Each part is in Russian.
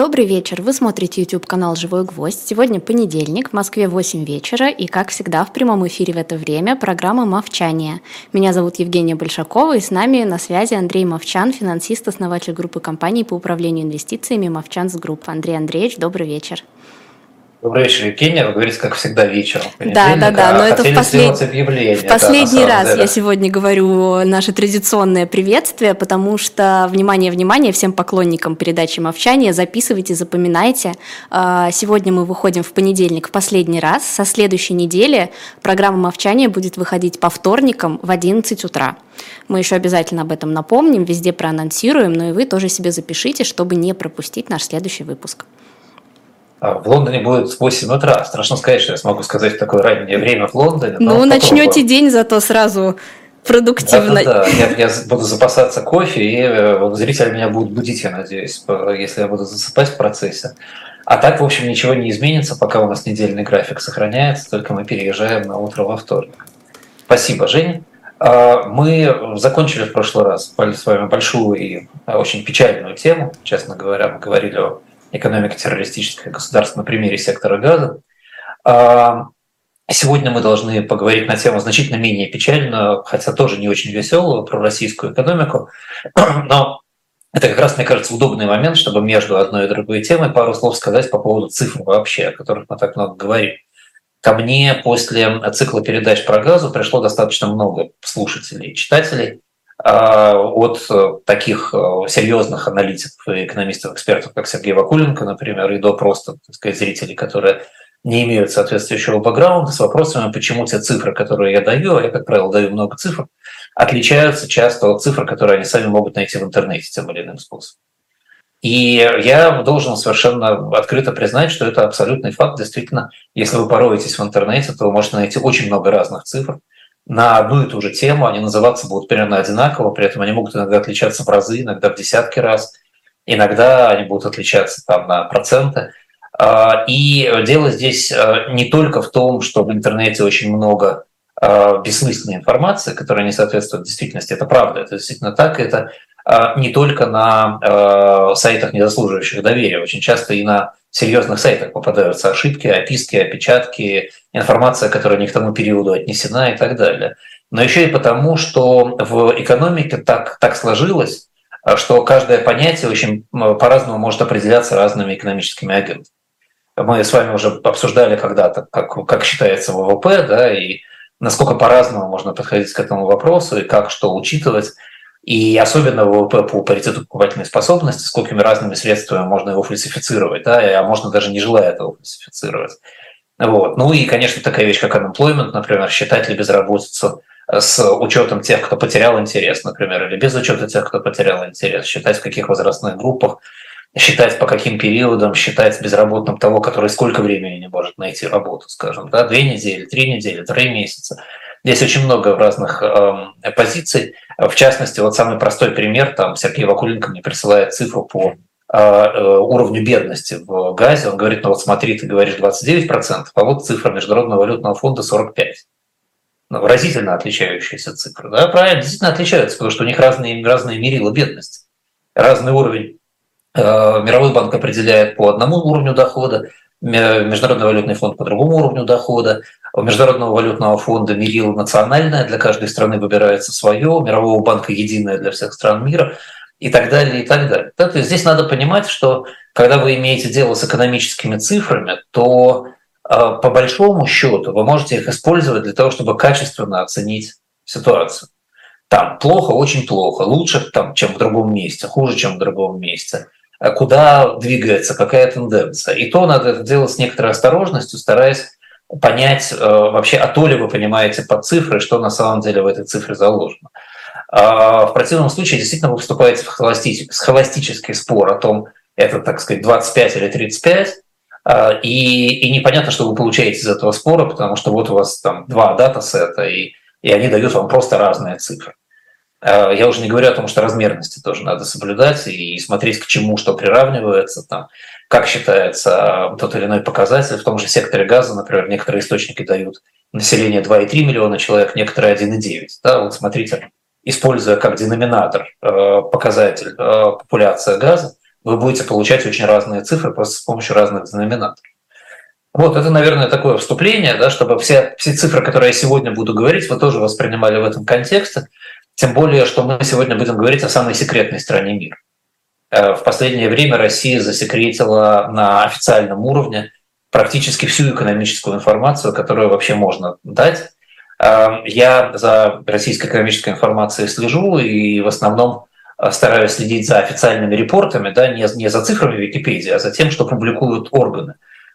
Добрый вечер. Вы смотрите YouTube-канал «Живой гвоздь». Сегодня понедельник, в Москве 8 вечера, и, как всегда, в прямом эфире в это время программа «Мовчание». Меня зовут Евгения Большакова, и с нами на связи Андрей Мовчан, финансист, основатель группы компаний по управлению инвестициями «Мовчанс Групп». Андрей Андреевич, добрый вечер. Добрый вечер, Евгения. Вы говорите, как всегда, вечером. Да, но это в последний раз деле. Я сегодня говорю наше традиционное приветствие, потому что, внимание, всем поклонникам передачи «Мовчание», записывайте, запоминайте. Сегодня мы выходим в понедельник в последний раз. Со следующей недели программа «Мовчание» будет выходить по вторникам в 11 утра. Мы еще обязательно об этом напомним, везде проанонсируем, но и вы тоже себе запишите, чтобы не пропустить наш следующий выпуск. В Лондоне будет 8 утра. Страшно сказать, что я смогу сказать в такое раннее время в Лондоне. Ну, начнете день зато сразу продуктивно. Да, я буду запасаться кофе, и зрители меня будут будить, я надеюсь, если я буду засыпать в процессе. А так, в общем, ничего не изменится, пока у нас недельный график сохраняется, только мы переезжаем на утро во вторник. Спасибо, Женя. Мы закончили в прошлый раз с вами большую и очень печальную тему. Честно говоря, мы говорили о экономика террористическое государство на примере сектора газа. Сегодня мы должны поговорить на тему значительно менее печальную, хотя тоже не очень веселую, про российскую экономику. Но это как раз, мне кажется, удобный момент, чтобы между одной и другой темой пару слов сказать по поводу цифр вообще, о которых мы так много говорим. Ко мне после цикла передач про газу пришло достаточно много слушателей и читателей, от таких серьезных аналитиков и экономистов, экспертов, как Сергей Вакуленко, например, и до просто, так сказать, зрителей, которые не имеют соответствующего бэкграунда, с вопросами, почему те цифры, которые я даю, а я, как правило, даю много цифр, отличаются часто от цифр, которые они сами могут найти в интернете тем или иным способом. И я должен совершенно открыто признать, что это абсолютный факт. Действительно, если вы пороетесь в интернете, то вы можете найти очень много разных цифр на одну и ту же тему, они называться будут примерно одинаково, при этом они могут иногда отличаться в разы, иногда в десятки раз, иногда они будут отличаться там на проценты. И дело здесь не только в том, что в интернете очень много бессмысленной информации, которая не соответствует действительности, это правда, это действительно так, это не только на сайтах, не заслуживающих доверия, очень часто и на серьезных сайтах попадаются ошибки, описки, опечатки, информация, которая не к тому периоду отнесена и так далее. Но еще и потому, что в экономике так сложилось, что каждое понятие очень по-разному может определяться разными экономическими агентами. Мы с вами уже обсуждали когда-то, как считается ВВП, да, и насколько по-разному можно подходить к этому вопросу, и как что учитывать. И особенно ВВП по паритету покупательной способности, сколькими разными средствами можно его фальсифицировать, да, а можно даже не желая этого фальсифицировать. Вот. Ну и, конечно, такая вещь, как unemployment, например, считать ли безработицу с учетом тех, кто потерял интерес, например, или без учета тех, кто потерял интерес, считать в каких возрастных группах, считать по каким периодам, считать безработным того, который сколько времени не может найти работу, скажем, да, 2 недели, 3 недели, 3 месяца. Здесь очень много разных позиций. В частности, вот самый простой пример, там Сергей Вакуленко мне присылает цифру по уровню бедности в газе. Он говорит, ну вот смотри, ты говоришь 29%, а вот цифра Международного валютного фонда 45%. Ну, разительно отличающиеся цифры. Да, правильно, действительно отличаются, потому что у них разные мерила бедности, разный уровень. Мировой банк определяет по одному уровню дохода, Международный валютный фонд по другому уровню дохода, у Международного валютного фонда мерило национальное, для каждой страны выбирается свое, у Мирового банка единое для всех стран мира и так далее, и так далее. То есть здесь надо понимать, что когда вы имеете дело с экономическими цифрами, то по большому счету вы можете их использовать для того, чтобы качественно оценить ситуацию. Там плохо, очень плохо, лучше, там, чем в другом месте, хуже, чем в другом месте. Куда двигается, какая тенденция. И то надо это делать с некоторой осторожностью, стараясь понять вообще, а то ли вы понимаете под цифрой, что на самом деле в этой цифре заложено. В противном случае действительно вы вступаете в схоластический спор о том, это, так сказать, 25 или 35, и непонятно, что вы получаете из этого спора, потому что вот у вас там 2 датасета, и они дают вам просто разные цифры. Я уже не говорю о том, что размерности тоже надо соблюдать и смотреть, к чему что приравнивается, там, как считается тот или иной показатель. В том же секторе газа, например, некоторые источники дают население 2,3 миллиона человек, некоторые 1,9. Да, вот смотрите, используя как деноминатор показатель популяция газа, вы будете получать очень разные цифры просто с помощью разных знаменаторов. Вот, это, наверное, такое вступление, да, чтобы все цифры, которые я сегодня буду говорить, вы тоже воспринимали в этом контексте. Тем более, что мы сегодня будем говорить о самой секретной стране мира. В последнее время Россия засекретила на официальном уровне практически всю экономическую информацию, которую вообще можно дать. Я за российской экономической информацией слежу и в основном стараюсь следить за официальными репортами, да, не за цифрами Википедии, а за тем, что публикуют органы.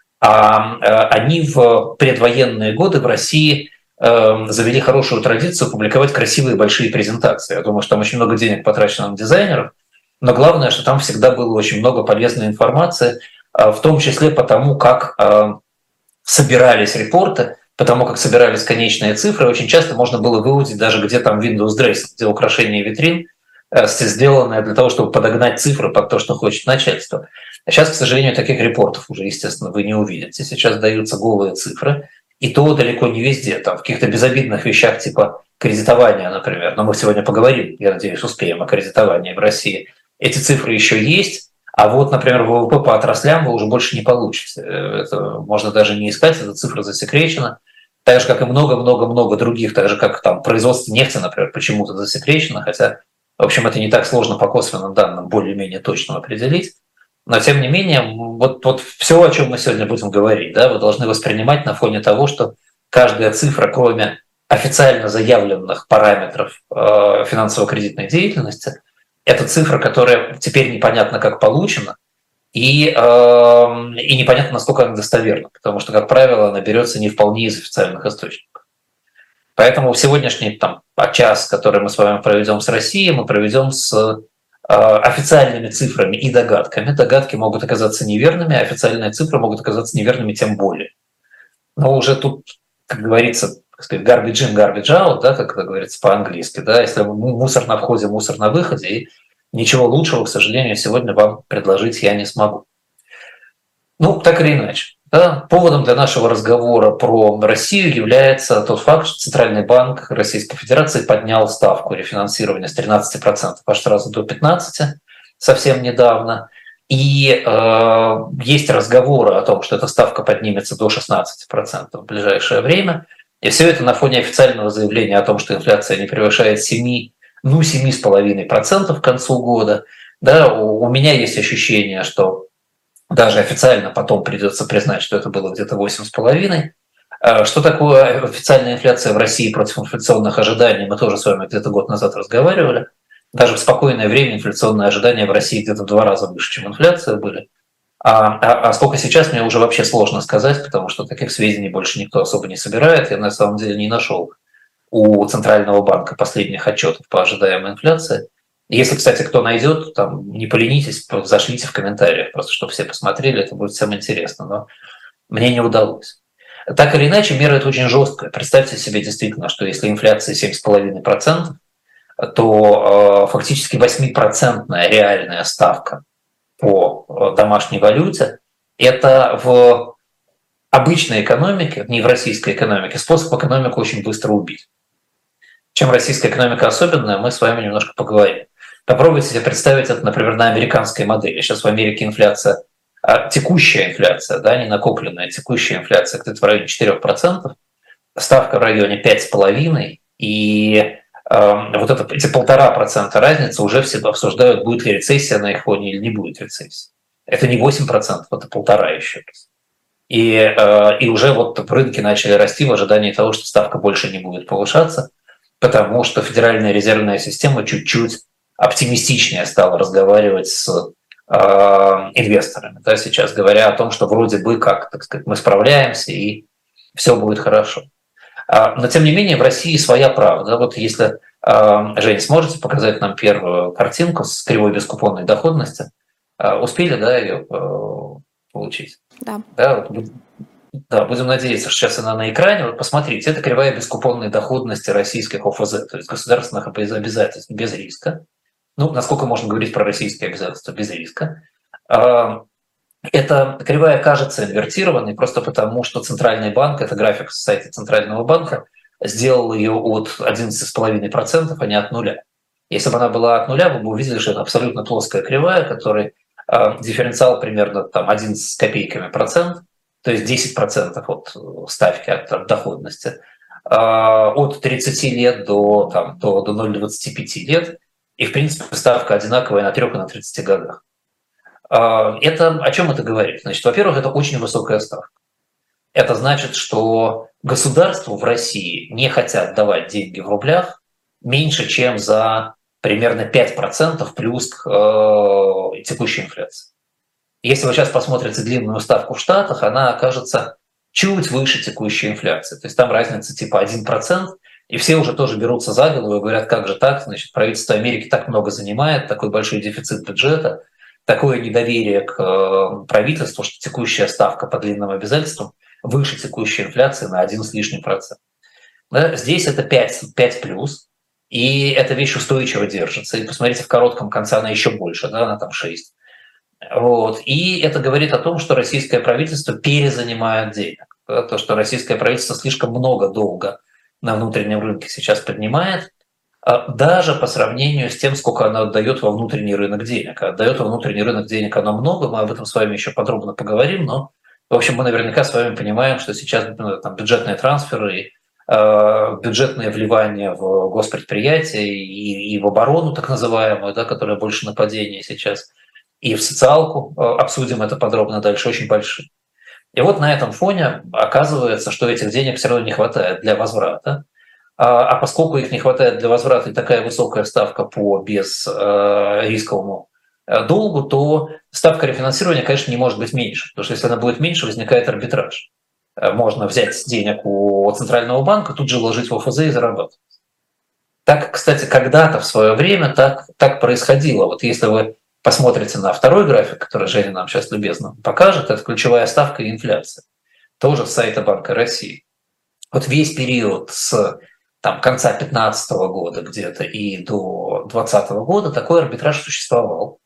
Они в предвоенные годы в России завели хорошую традицию публиковать красивые большие презентации. Я думаю, что там очень много денег потрачено на дизайнеров, но главное, что там всегда было очень много полезной информации, в том числе потому, как собирались репорты, потому как собирались конечные цифры. Очень часто можно было выудить даже где там Windows Dressing, где украшение витрин, сделанное для того, чтобы подогнать цифры под то, что хочет начальство. А сейчас, к сожалению, таких репортов уже, естественно, вы не увидите. Сейчас даются голые цифры, и то далеко не везде. Там в каких-то безобидных вещах типа кредитования, например. Но мы сегодня поговорим, я надеюсь, успеем о кредитовании в России. Эти цифры еще есть, а вот, например, ВВП по отраслям вы уже больше не получите. Это можно даже не искать, эта цифра засекречена. Так же, как и много-много-много других, так же, как там производство нефти, например, почему-то засекречено, хотя, в общем, это не так сложно по косвенным данным более-менее точно определить. Но, тем не менее, вот все, о чем мы сегодня будем говорить, да, вы должны воспринимать на фоне того, что каждая цифра, кроме официально заявленных параметров финансово-кредитной деятельности, это цифра, которая теперь непонятно как получена, и непонятно, насколько она достоверна, потому что, как правило, она берется не вполне из официальных источников. Поэтому сегодняшний час, который мы с вами проведем с Россией, мы проведем с официальными цифрами и догадками. Догадки могут оказаться неверными, а официальные цифры могут оказаться неверными тем более. Но уже тут, как говорится, garbage in, garbage out, да, как это говорится по-английски. Да, если мусор на входе, мусор на выходе, и ничего лучшего, к сожалению, сегодня вам предложить я не смогу. Ну, так или иначе. Да, поводом для нашего разговора про Россию является тот факт, что Центральный банк Российской Федерации поднял ставку рефинансирования с 13% аж сразу до 15% совсем недавно. И есть разговоры о том, что эта ставка поднимется до 16% в ближайшее время. И все это на фоне официального заявления о том, что инфляция не превышает 7,5% к концу года. Да, у меня есть ощущение, что даже официально потом придется признать, что это было где-то 8,5%. Что такое официальная инфляция в России против инфляционных ожиданий, мы тоже с вами где-то год назад разговаривали. Даже в спокойное время инфляционные ожидания в России где-то в 2 раза выше, чем инфляция были. А сколько сейчас, мне уже вообще сложно сказать, потому что таких сведений больше никто особо не собирает. Я на самом деле не нашел у Центрального банка последних отчетов по ожидаемой инфляции. Если, кстати, кто найдет, там, не поленитесь, зашлите в комментариях, просто чтобы все посмотрели, это будет всем интересно, но мне не удалось. Так или иначе, мера это очень жесткая. Представьте себе действительно, что если инфляция 7,5%, то фактически 8% реальная ставка по домашней валюте – это в обычной экономике, не в российской экономике, способ экономику очень быстро убить. Чем российская экономика особенная, мы с вами немножко поговорим. Попробуйте себе представить это, например, на американской модели. Сейчас в Америке инфляция, текущая инфляция, да, не накопленная, текущая инфляция где-то в районе 4%, ставка в районе 5,5%, и вот эти 1,5% разницы уже все обсуждают, будет ли рецессия на их фоне или не будет рецессии. Это не 8%, это 1,5% еще раз. И уже вот рынки начали расти в ожидании того, что ставка больше не будет повышаться, потому что Федеральная резервная система чуть-чуть оптимистичнее стала разговаривать с инвесторами. Да, сейчас говоря о том, что вроде бы как, так сказать, мы справляемся и все будет хорошо. Но тем не менее в России своя правда. Вот если, Жень, сможете показать нам первую картинку с кривой бескупонной доходности? Успели, да, ее получить? Да. Да, будем надеяться, что сейчас она на экране. Вот посмотрите, это кривая бескупонной доходности российских ОФЗ, то есть государственных обязательств без риска. Ну, насколько можно говорить про российские обязательства без риска. Эта кривая кажется инвертированной просто потому, что Центральный банк, это график с сайта Центрального банка, сделал ее от 11,5%, а не от нуля. Если бы она была от нуля, вы бы увидели, что это абсолютно плоская кривая, которой дифференциал примерно там 11 с копейками процент, то есть 10% от ставки, от доходности, от 30 лет до 0,25 лет, и в принципе ставка одинаковая на 3 и на 30 годах. Это о чем это говорит? Значит, во-первых, это очень высокая ставка. Это значит, что государству в России не хотят давать деньги в рублях меньше, чем за примерно 5% плюс к текущей инфляции. Если вы сейчас посмотрите длинную ставку в Штатах, она окажется чуть выше текущей инфляции. То есть там разница типа 1%, и все уже тоже берутся за голову и говорят, как же так, значит, правительство Америки так много занимает, такой большой дефицит бюджета, такое недоверие к правительству, что текущая ставка по длинным обязательствам выше текущей инфляции на 1 с лишним процент. Да? Здесь это 5 плюс, и эта вещь устойчиво держится. И посмотрите, в коротком конце она еще больше, да, она там 6. Вот. И это говорит о том, что российское правительство перезанимает денег. Да? То, что российское правительство слишком много долга на внутреннем рынке сейчас поднимает, даже по сравнению с тем, сколько оно отдает во внутренний рынок денег. Отдает во внутренний рынок денег оно много, мы об этом с вами еще подробно поговорим, но, в общем, мы наверняка с вами понимаем, что сейчас там, бюджетные трансферы и бюджетные вливания в госпредприятия и в оборону, так называемую, да, которая больше нападения сейчас, и в социалку, обсудим это подробно дальше, очень большие. И вот на этом фоне оказывается, что этих денег все равно не хватает для возврата. А поскольку их не хватает для возврата и такая высокая ставка по безрисковому долгу, то ставка рефинансирования, конечно, не может быть меньше, потому что если она будет меньше, возникает арбитраж. Можно взять денег у Центрального банка, тут же вложить в ОФЗ и зарабатывать. Так, кстати, когда-то в свое время так происходило. Вот если вы посмотрите на второй график, который Женя нам сейчас любезно покажет, это ключевая ставка и инфляция. Тоже с сайта Банка России. Вот весь период с конца 2015 года где-то и до 2020 года такой арбитраж существовал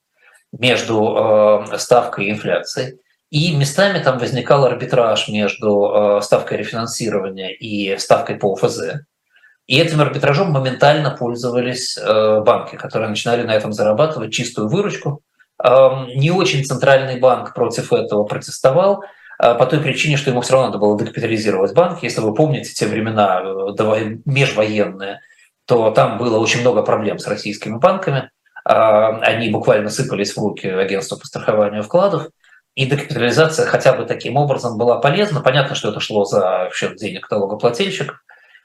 между ставкой и инфляцией. И местами там возникал арбитраж между ставкой рефинансирования и ставкой по ОФЗ. И этим арбитражом моментально пользовались банки, которые начинали на этом зарабатывать чистую выручку. Не очень центральный банк против этого протестовал, по той причине, что ему все равно надо было декапитализировать банк. Если вы помните те времена межвоенные, то там было очень много проблем с российскими банками. Они буквально сыпались в руки агентству по страхованию вкладов. И декапитализация хотя бы таким образом была полезна. Понятно, что это шло за счет денег налогоплательщиков,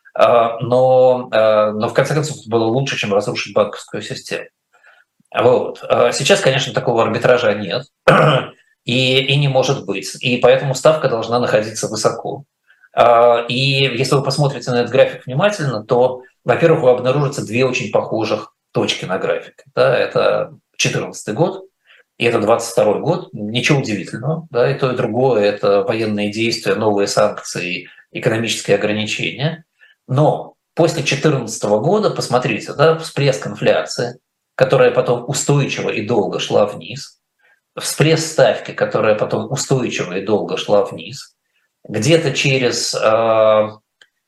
но в конце концов было лучше, чем разрушить банковскую систему. Вот. Сейчас, конечно, такого арбитража нет и не может быть. И поэтому ставка должна находиться высоко. И если вы посмотрите на этот график внимательно, то, во-первых, вы обнаружите две очень похожих точки на графике. Да, это 2014 год, и это 22 год, ничего удивительного, да, и то, и другое – это военные действия, новые санкции, экономические ограничения. Но после 2014 года, посмотрите, да, всплеск инфляции, которая потом устойчиво и долго шла вниз, всплеск ставки, которая потом устойчиво и долго шла вниз, где-то через 1,5-2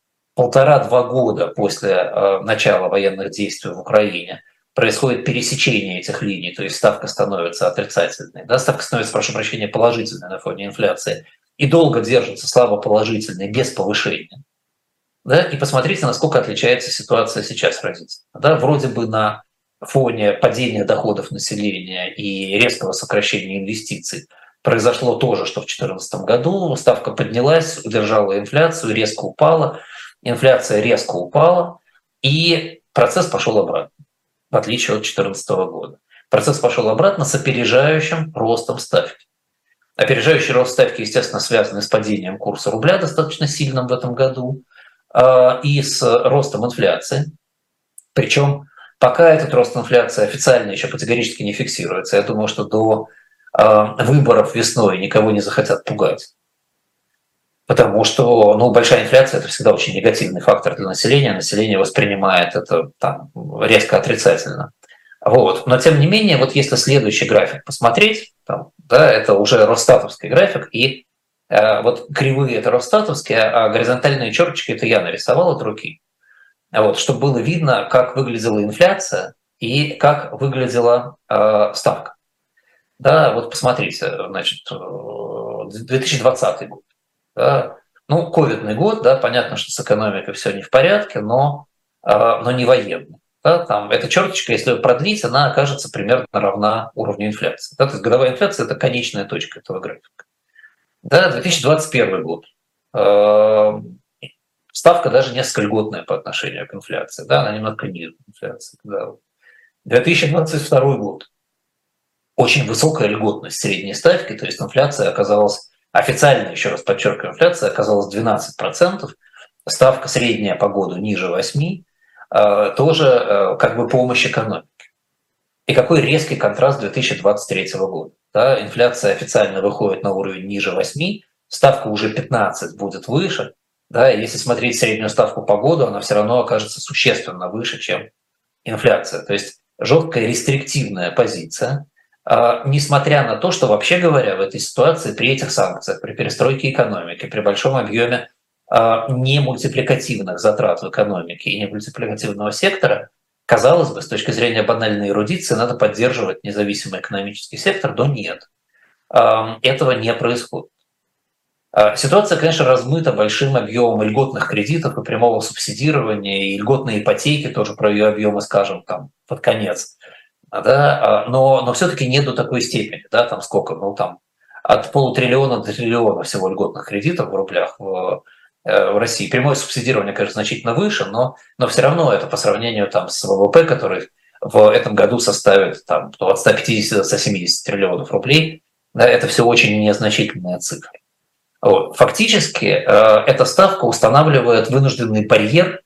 года после начала военных действий в Украине происходит пересечение этих линий, то есть ставка становится отрицательной, да, ставка становится, прошу прощения, положительной на фоне инфляции, и долго держится слабо положительной, без повышения. Да, и посмотрите, насколько отличается ситуация сейчас разительно. Да, вроде бы на фоне падения доходов населения и резкого сокращения инвестиций произошло то же, что в 2014 году. Ставка поднялась, удержала инфляцию, резко упала, инфляция резко упала, и процесс пошел обратно. В отличие от 2014 года. Процесс пошел обратно с опережающим ростом ставки. Опережающий рост ставки, естественно, связан с падением курса рубля достаточно сильным в этом году и с ростом инфляции. Причем пока этот рост инфляции официально еще категорически не фиксируется. Я думаю, что до выборов весной никого не захотят пугать. Потому что большая инфляция – это всегда очень негативный фактор для населения. Население воспринимает это резко отрицательно. Вот. Но тем не менее, вот если следующий график посмотреть, да, это уже росстатовский график, и вот кривые – это росстатовские, а горизонтальные черточки – это я нарисовал от руки. Вот, чтобы было видно, как выглядела инфляция и как выглядела ставка. Да, вот посмотрите, значит, 2020 год. Да, ну, ковидный год, да, понятно, что с экономикой все не в порядке, но не военный. Да, там, эта черточка, если ее продлить, она окажется примерно равна уровню инфляции. Да, то есть годовая инфляция – это конечная точка этого графика. Да, 2021 год. Э, Ставка даже несколько льготная по отношению к инфляции. Да, она немного ниже инфляции. Да. 2022 год. Очень высокая льготность средней ставки, то есть инфляция оказалась, официально, еще раз подчеркиваю, инфляция оказалась 12%, ставка средняя по году ниже 8%, тоже как бы помощь экономике. И какой резкий контраст 2023 года. Да, инфляция официально выходит на уровень ниже 8, ставка уже 15 будет выше. Да, и если смотреть среднюю ставку по году, она все равно окажется существенно выше, чем инфляция. То есть жесткая рестриктивная позиция, несмотря на то, что, вообще говоря, в этой ситуации, при этих санкциях, при перестройке экономики, при большом объеме не мультипликативных затрат в экономике и не мультипликативного сектора, казалось бы, с точки зрения банальной эрудиции, надо поддерживать независимый экономический сектор, но нет. Этого не происходит. Ситуация, конечно, размыта большим объемом льготных кредитов и прямого субсидирования, и льготные ипотеки, тоже про ее объемы скажем там под конец. Да, но все-таки не до такой степени, да, там сколько, ну там от полутриллиона до триллиона всего льготных кредитов в рублях в России. Прямое субсидирование, конечно, значительно выше, но все равно это по сравнению там, с ВВП, который в этом году составит там, от 150 до 170 триллионов рублей, да, это все очень незначительные цифры. Вот. Фактически эта ставка устанавливает вынужденный барьер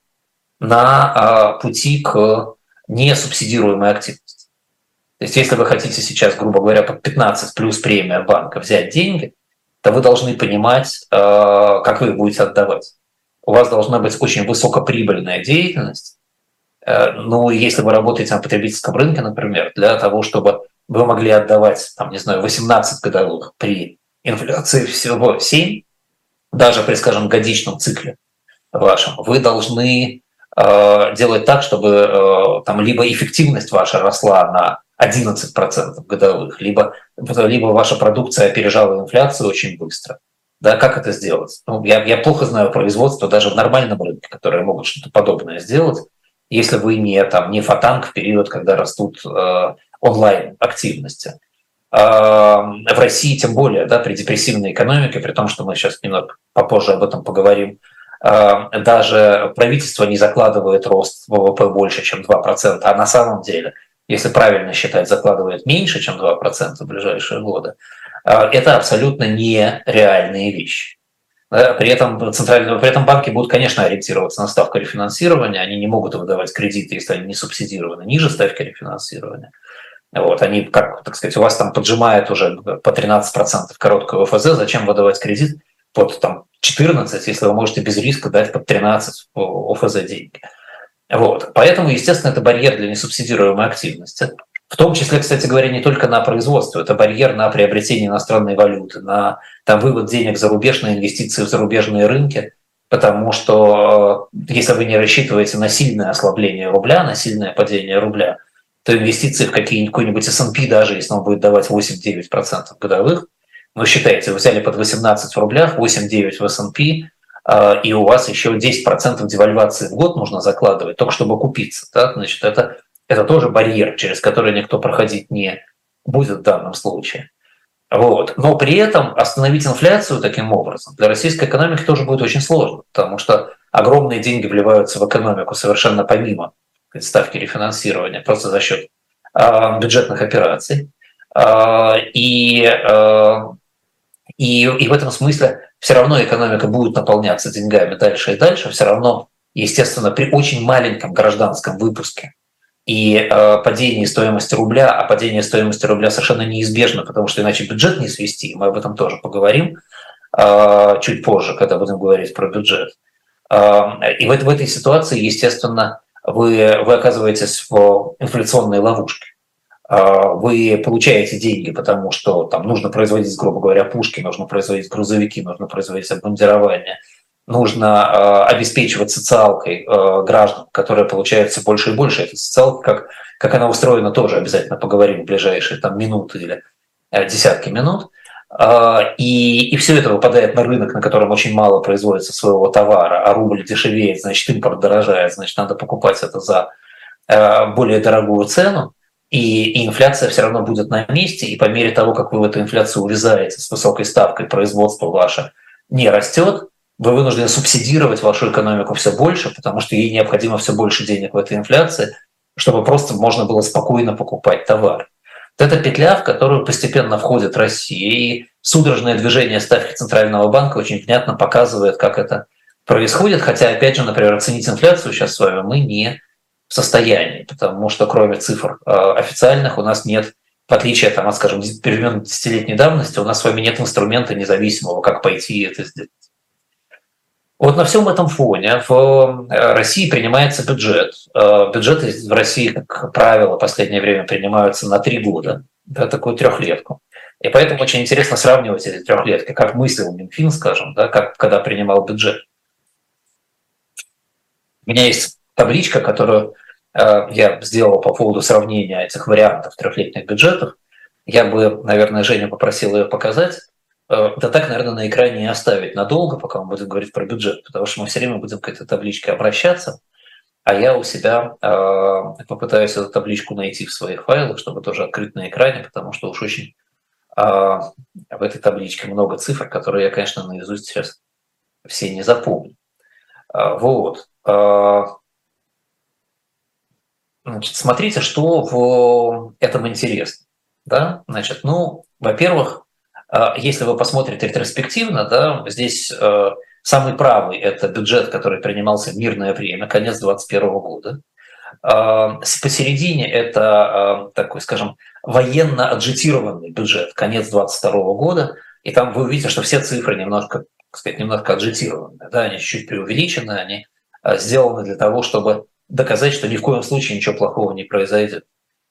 на пути к несубсидируемой активности. То есть если вы хотите сейчас, грубо говоря, под 15 плюс премия банка взять деньги, то вы должны понимать, как вы их будете отдавать. У вас должна быть очень высокоприбыльная деятельность. Ну, если вы работаете на потребительском рынке, например, для того, чтобы вы могли отдавать, там, не знаю, 18 годовых при инфляции всего 7, даже при, скажем, годичном цикле вашем, вы должны делать так, чтобы там либо эффективность ваша росла на 11% годовых, либо ваша продукция опережала инфляцию очень быстро. Да, как это сделать? Ну, я плохо знаю производство даже в нормальном рынке, которые могут что-то подобное сделать, если вы не фатанг в период, когда растут онлайн-активности. В России тем более, да, при депрессивной экономике, при том, что мы сейчас немного попозже об этом поговорим, даже правительство не закладывает рост ВВП больше, чем 2%, а на самом деле, если правильно считать, закладывает меньше, чем 2% в ближайшие годы, это абсолютно нереальные вещи. При этом банки будут, конечно, ориентироваться на ставку рефинансирования, они не могут выдавать кредиты, если они не субсидированы ниже ставки рефинансирования. Вот, они, как, так сказать, у вас там поджимает уже по 13% короткого ОФЗ, зачем выдавать кредит под там, 14, если вы можете без риска дать под 13 ОФЗ деньги. Вот. Поэтому, естественно, это барьер для несубсидируемой активности. В том числе, кстати говоря, не только на производство, это барьер на приобретение иностранной валюты, на там, вывод денег за рубеж, на инвестиции в зарубежные рынки, потому что если вы не рассчитываете на сильное ослабление рубля, на сильное падение рубля, то инвестиции в какой-нибудь S&P, даже если он будет давать 8-9% годовых, вы считаете, вы взяли под 18 в рублях, 8-9 в S&P, и у вас еще 10% девальвации в год нужно закладывать, только чтобы купиться. Да? Значит, это тоже барьер, через который никто проходить не будет в данном случае. Вот. Но при этом остановить инфляцию таким образом для российской экономики тоже будет очень сложно, потому что огромные деньги вливаются в экономику совершенно помимо ставки рефинансирования, просто за счет бюджетных операций. И в этом смысле все равно экономика будет наполняться деньгами дальше и дальше, все равно, естественно, при очень маленьком гражданском выпуске и падении стоимости рубля, а падение стоимости рубля совершенно неизбежно, потому что иначе бюджет не свести, мы об этом тоже поговорим чуть позже, когда будем говорить про бюджет. И в этой ситуации, естественно, вы оказываетесь в инфляционной ловушке. Вы получаете деньги, потому что там нужно производить, грубо говоря, пушки, нужно производить грузовики, нужно производить обмундирование, нужно обеспечивать социалкой граждан, которые получают все больше и больше. Эта социалка, как она устроена, тоже обязательно поговорим в ближайшие там, минуты или десятки минут, и все это выпадает на рынок, на котором очень мало производится своего товара, а рубль дешевеет, значит, импорт дорожает, значит, надо покупать это за более дорогую цену, и инфляция все равно будет на месте, и по мере того, как вы в эту инфляцию увязаете с высокой ставкой, производство ваше не растет, вы вынуждены субсидировать вашу экономику все больше, потому что ей необходимо все больше денег в этой инфляции, чтобы просто можно было спокойно покупать товар. Вот это петля, в которую постепенно входит Россия, и судорожное движение ставки Центрального банка очень внятно показывает, как это происходит, хотя, опять же, например, оценить инфляцию сейчас с вами мы не в состоянии, потому что кроме цифр официальных у нас нет, в отличие там, от, скажем, перемен десятилетней давности, у нас с вами нет инструмента независимого, как пойти и это сделать. Вот на всем этом фоне в России принимается бюджет. Бюджеты в России, как правило, в последнее время принимаются на 3 года, да, такую трехлетку. И поэтому очень интересно сравнивать эти трехлетки, как мыслил Минфин, скажем, да, как когда принимал бюджет. У меня есть табличка, которую я сделал по поводу сравнения этих вариантов трехлетних бюджетов. Я бы, наверное, Женю попросил ее показать. Да так, наверное, на экране не оставить надолго, пока он будет говорить про бюджет, потому что мы все время будем к этой табличке обращаться, а я у себя попытаюсь эту табличку найти в своих файлах, чтобы тоже открыть на экране, потому что уж очень в этой табличке много цифр, которые я, конечно, наизусть сейчас все не запомню. Вот. Значит, смотрите, что в этом интересно. Да? Значит, ну, во-первых, если вы посмотрите ретроспективно, да, здесь самый правый – это бюджет, который принимался в мирное время, конец 2021 года. Посередине это такой, скажем, военно аджитированный бюджет, конец 2022 года, и там вы увидите, что все цифры немножко, так сказать, немножко аджитированы, да, они чуть-чуть преувеличены, они сделаны для того, чтобы доказать, что ни в коем случае ничего плохого не произойдет.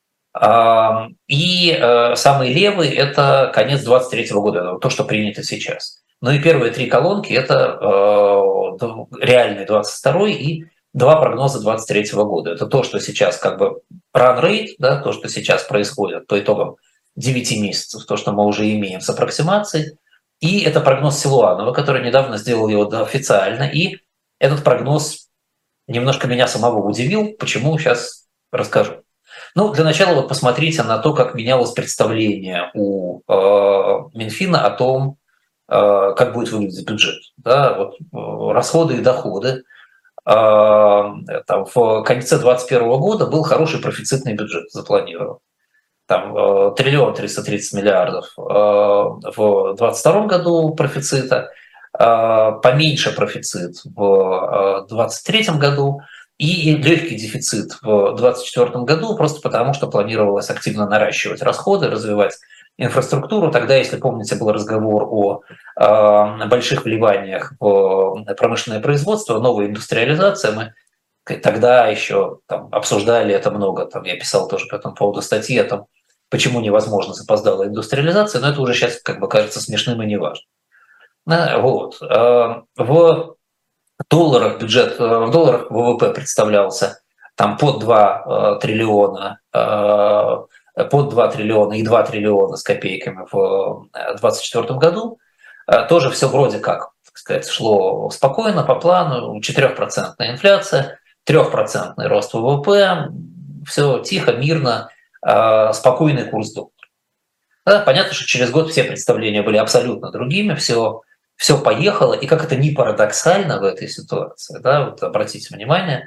И самый левый – это конец 2023 года, то, что принято сейчас. Ну и первые 3 колонки – это реальный 22-й и 2 прогноза 2023 года. Это то, что сейчас как бы run rate, да, то, что сейчас происходит по итогам 9 месяцев, то, что мы уже имеем с аппроксимацией. И это прогноз Силуанова, который недавно сделал его официально. И этот прогноз немножко меня самого удивил. Почему? Сейчас расскажу. Ну, для начала вот посмотрите на то, как менялось представление у Минфина о том, как будет выглядеть бюджет. Да, вот, расходы и доходы. Там, в конце 2021 года был хороший профицитный бюджет запланирован. Там 1 330 миллиардов в 2022 году профицита, поменьше профицит в 2023 году и легкий дефицит в 2024 году, просто потому что планировалось активно наращивать расходы, развивать инфраструктуру. Тогда, если помните, был разговор о больших вливаниях в промышленное производство, новая индустриализация. Мы тогда еще там обсуждали это много. Там, я писал тоже по этому поводу статьи о том, почему невозможно запоздалая индустриализация, но это уже сейчас как бы кажется смешным и неважным. Вот. В долларах бюджет, в долларах ВВП представлялся там под 2 триллиона, под 2 триллиона и 2 триллиона с копейками в 2024 году. Тоже все вроде как, так сказать, шло спокойно, по плану, 4% инфляция, 3% рост ВВП, все тихо, мирно, спокойный курс доллара. Да, понятно, что через год все представления были абсолютно другими, все поехало, и как это ни парадоксально в этой ситуации, да, вот обратите внимание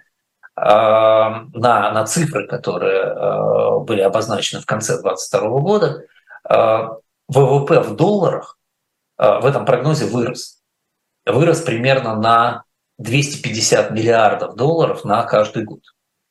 на цифры, которые были обозначены в конце 2022 года, ВВП в долларах в этом прогнозе вырос примерно на 250 миллиардов долларов на каждый год.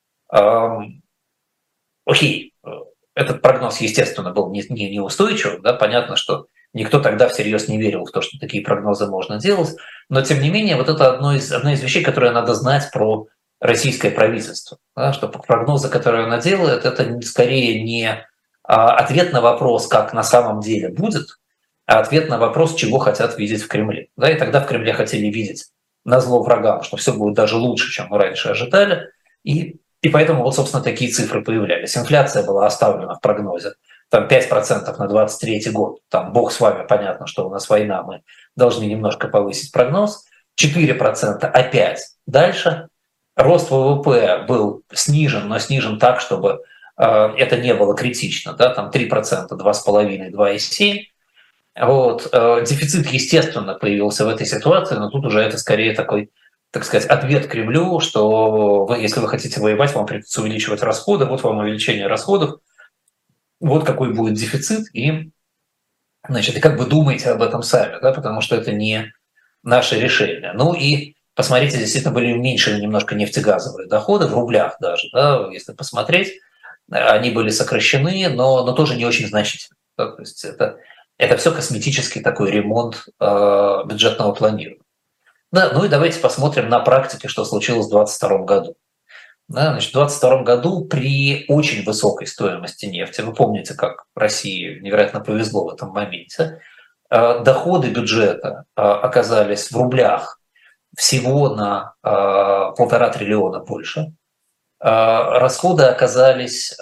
Окей, этот прогноз, естественно, был неустойчивым, да, понятно, что никто тогда всерьез не верил в то, что такие прогнозы можно делать, но тем не менее вот это одна из вещей, которые надо знать про российское правительство, да, что прогнозы, которые оно делает, это скорее не ответ на вопрос, как на самом деле будет, а ответ на вопрос, чего хотят видеть в Кремле. Да, и тогда в Кремле хотели видеть назло врагам, что все будет даже лучше, чем мы раньше ожидали, и поэтому вот, собственно, такие цифры появлялись. Инфляция была оставлена в прогнозе там 5% на 23 год, там бог с вами, понятно, что у нас война, мы должны немножко повысить прогноз, 4% опять дальше. Рост ВВП был снижен, но снижен так, чтобы это не было критично, да, там 3%, 2,5, 2,7%. Вот. Дефицит, естественно, появился в этой ситуации, но тут уже это скорее такой, так сказать, ответ Кремлю, что если вы хотите воевать, вам придется увеличивать расходы, вот вам увеличение расходов, вот какой будет дефицит, и, значит, и как бы думайте об этом сами, да, потому что это не наше решение. Ну и посмотрите, действительно были уменьшены немножко нефтегазовые доходы, в рублях даже, да, если посмотреть, они были сокращены, но тоже не очень значительно. Да, то есть это все косметический такой ремонт бюджетного планирования. Да, ну и давайте посмотрим на практике, что случилось в 2022 году. Да, значит, в 2022 году при очень высокой стоимости нефти, вы помните, как России невероятно повезло в этом моменте, доходы бюджета оказались в рублях всего на 1,5 триллиона больше, расходы оказались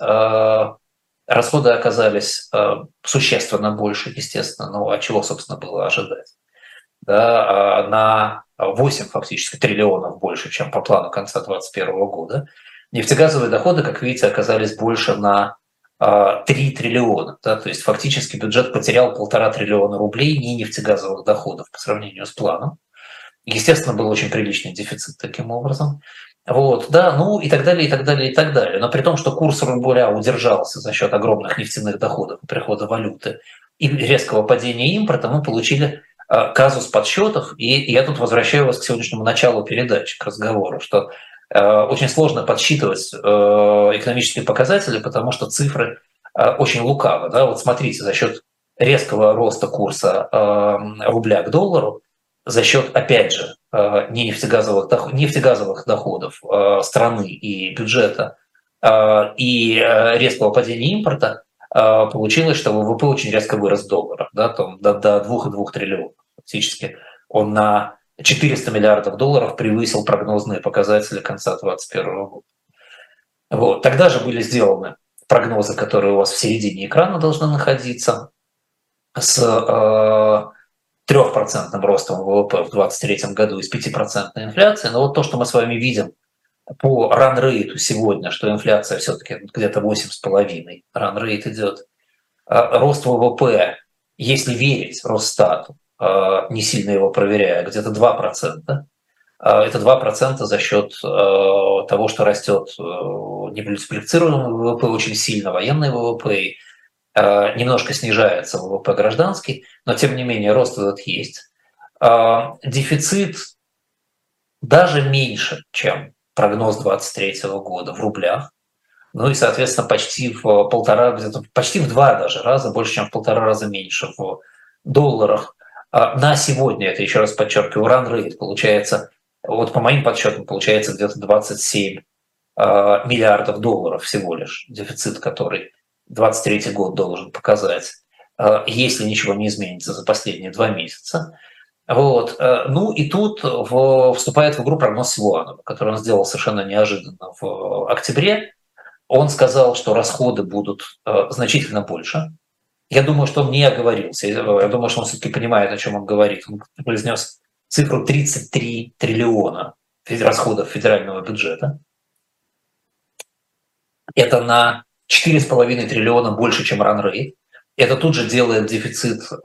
существенно больше, естественно, ну а чего, собственно, было ожидать? Да, на 8 фактически триллионов больше, чем по плану конца 2021 года. Нефтегазовые доходы, как видите, оказались больше на 3 триллиона. Да, то есть фактически бюджет потерял 1,5 триллиона рублей не нефтегазовых доходов по сравнению с планом. Естественно, был очень приличный дефицит таким образом. Вот, да, ну и так далее, и так далее, и так далее. Но при том, что курс рубля удержался за счет огромных нефтяных доходов, прихода валюты и резкого падения импорта, мы получили казус подсчетов, и я тут возвращаю вас к сегодняшнему началу передачи, к разговору, что очень сложно подсчитывать экономические показатели, потому что цифры очень лукавы. Да? Вот смотрите, за счет резкого роста курса рубля к доллару, за счет, опять же, не нефтегазовых доходов страны и бюджета и резкого падения импорта, получилось, что ВВП очень резко вырос в долларах, да, там, до 2,2 триллионов. Фактически он на 400 миллиардов долларов превысил прогнозные показатели конца 2021 года. Вот. Тогда же были сделаны прогнозы, которые у вас в середине экрана должны находиться, с 3% ростом ВВП в 2023 году и с 5% инфляцией. Но вот то, что мы с вами видим по ранрейту сегодня, что инфляция все-таки где-то 8,5, ранрейт идет, рост ВВП, если верить Росстату, не сильно его проверяя, где-то 2%. Это 2% за счет того, что растет немультиплицированный ВВП очень сильно, военный ВВП, немножко снижается ВВП гражданский, но тем не менее рост этот есть. Дефицит даже меньше, чем прогноз 2023 года в рублях. Ну и, соответственно, почти в 1,5, где-то почти в 2 даже раза, больше, чем в 1,5 раза меньше в долларах. На сегодня, это еще раз подчеркиваю, ранрейт получается, вот по моим подсчетам, получается где-то 27 миллиардов долларов всего лишь дефицит, который 2023 год должен показать, если ничего не изменится за последние 2 месяца. Вот. Ну и тут вступает в игру прогноз Силуанова, который он сделал совершенно неожиданно в октябре. Он сказал, что расходы будут значительно больше. Я думаю, что он не оговорился. Я думаю, что он все-таки понимает, о чем он говорит. Он произнес цифру 33 триллиона расходов федерального бюджета. Это на 4,5 триллиона больше, чем ранрейт. Это тут же делает дефицит 5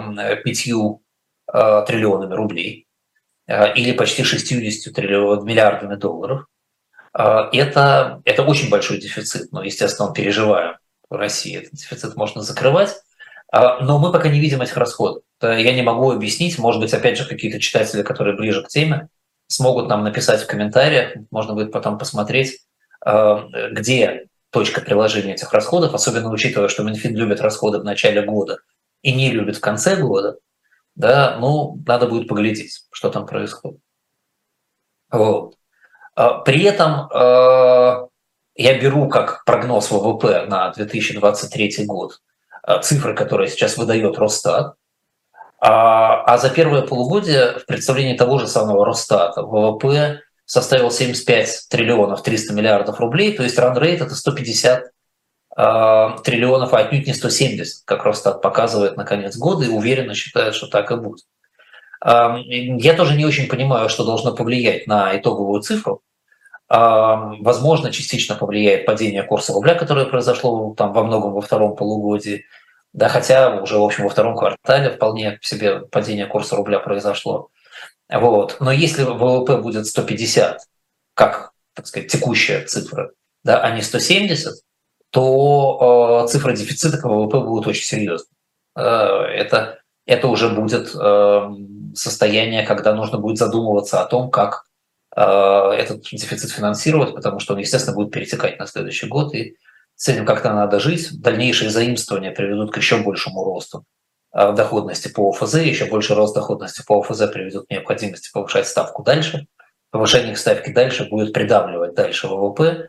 триллионами рублей или почти 60 миллиардами долларов. Это очень большой дефицит, но, естественно, он переживаем в России. Этот дефицит можно закрывать, но мы пока не видим этих расходов. Я не могу объяснить, может быть, опять же, какие-то читатели, которые ближе к теме, смогут нам написать в комментариях, можно будет потом посмотреть, где точка приложения этих расходов, особенно учитывая, что Минфин любит расходы в начале года и не любит в конце года, да, ну, надо будет поглядеть, что там происходит. Вот. При этом я беру как прогноз ВВП на 2023 год цифры, которые сейчас выдает Росстат, а за первое полугодие в представлении того же самого Росстата ВВП составил 75 триллионов 300 миллиардов рублей, то есть ранрейт – это 150 триллионов, а отнюдь не 170, как Росстат показывает на конец года, и уверенно считает, что так и будет. Я тоже не очень понимаю, что должно повлиять на итоговую цифру. Возможно, частично повлияет падение курса рубля, которое произошло там во многом во втором полугодии. Да, хотя уже, в общем, во втором квартале вполне себе падение курса рубля произошло. Вот. Но если ВВП будет 150, как, так сказать, текущая цифра, да, а не 170, то цифра дефицита к ВВП будет очень серьезной. Это уже будет состояние, когда нужно будет задумываться о том, как этот дефицит финансировать, потому что он, естественно, будет перетекать на следующий год, и с этим как-то надо жить. Дальнейшие заимствования приведут к еще большему росту доходности по ОФЗ, еще больше рост доходности по ОФЗ приведет к необходимости повышать ставку дальше. Повышение ставки дальше будет придавливать дальше ВВП,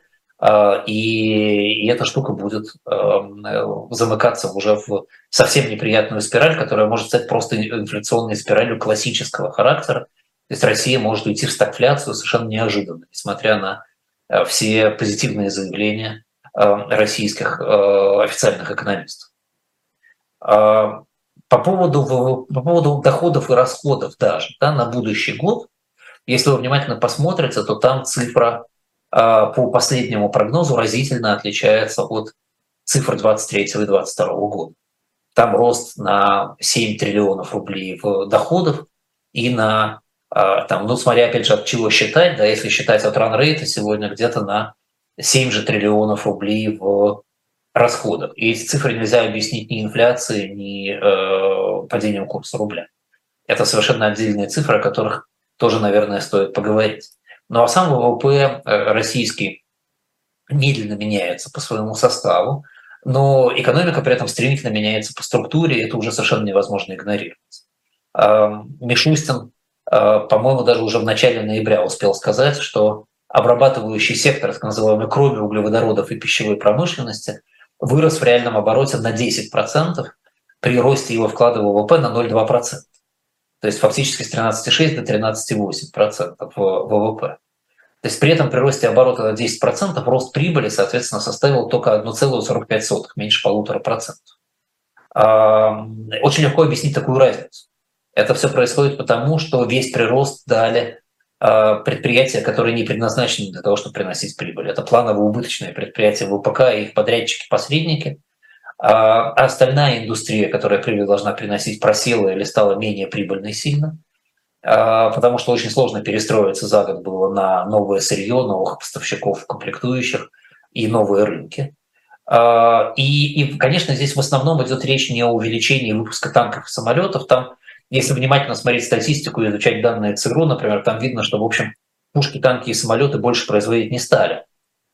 и эта штука будет замыкаться уже в совсем неприятную спираль, которая может стать просто инфляционной спиралью классического характера. То есть Россия может уйти в стагфляцию совершенно неожиданно, несмотря на все позитивные заявления российских официальных экономистов. По поводу доходов и расходов даже на будущий год, если вы внимательно посмотрите, то там цифра по последнему прогнозу разительно отличается от цифр 2023 и 2022 года. Там рост на 7 триллионов рублей в доходах и на, смотря опять же от чего считать, да, если считать от ранрейта, сегодня где-то на 7 же триллионов рублей в расходах. И эти цифры нельзя объяснить ни инфляцией, ни падением курса рубля. Это совершенно отдельные цифры, о которых тоже, наверное, стоит поговорить. Ну а сам ВВП российский медленно меняется по своему составу, но экономика при этом стремительно меняется по структуре, это уже совершенно невозможно игнорировать. Мишустин, по-моему, даже уже в начале ноября успел сказать, что обрабатывающий сектор, так называемый, кроме углеводородов и пищевой промышленности, вырос в реальном обороте на 10% при росте его вклада в ВВП на 0,2%. То есть фактически с 13,6 до 13,8% в ВВП. То есть при этом при росте оборота на 10% рост прибыли, соответственно, составил только 1,45, меньше 1,5%. Очень легко объяснить такую разницу. Это все происходит потому, что весь прирост дали предприятия, которые не предназначены для того, чтобы приносить прибыль. Это планово-убыточные предприятия ВПК и их подрядчики-посредники. А остальная индустрия, которая прибыль должна приносить, просела или стала менее прибыльной сильно, потому что очень сложно перестроиться за год было на новое сырье, новых поставщиков, комплектующих и новые рынки. И, конечно, здесь в основном идет речь не о увеличении выпуска танков и самолетов. Там, если внимательно смотреть статистику и изучать данные ЦРУ, например, там видно, что, в общем, пушки, танки и самолеты больше производить не стали.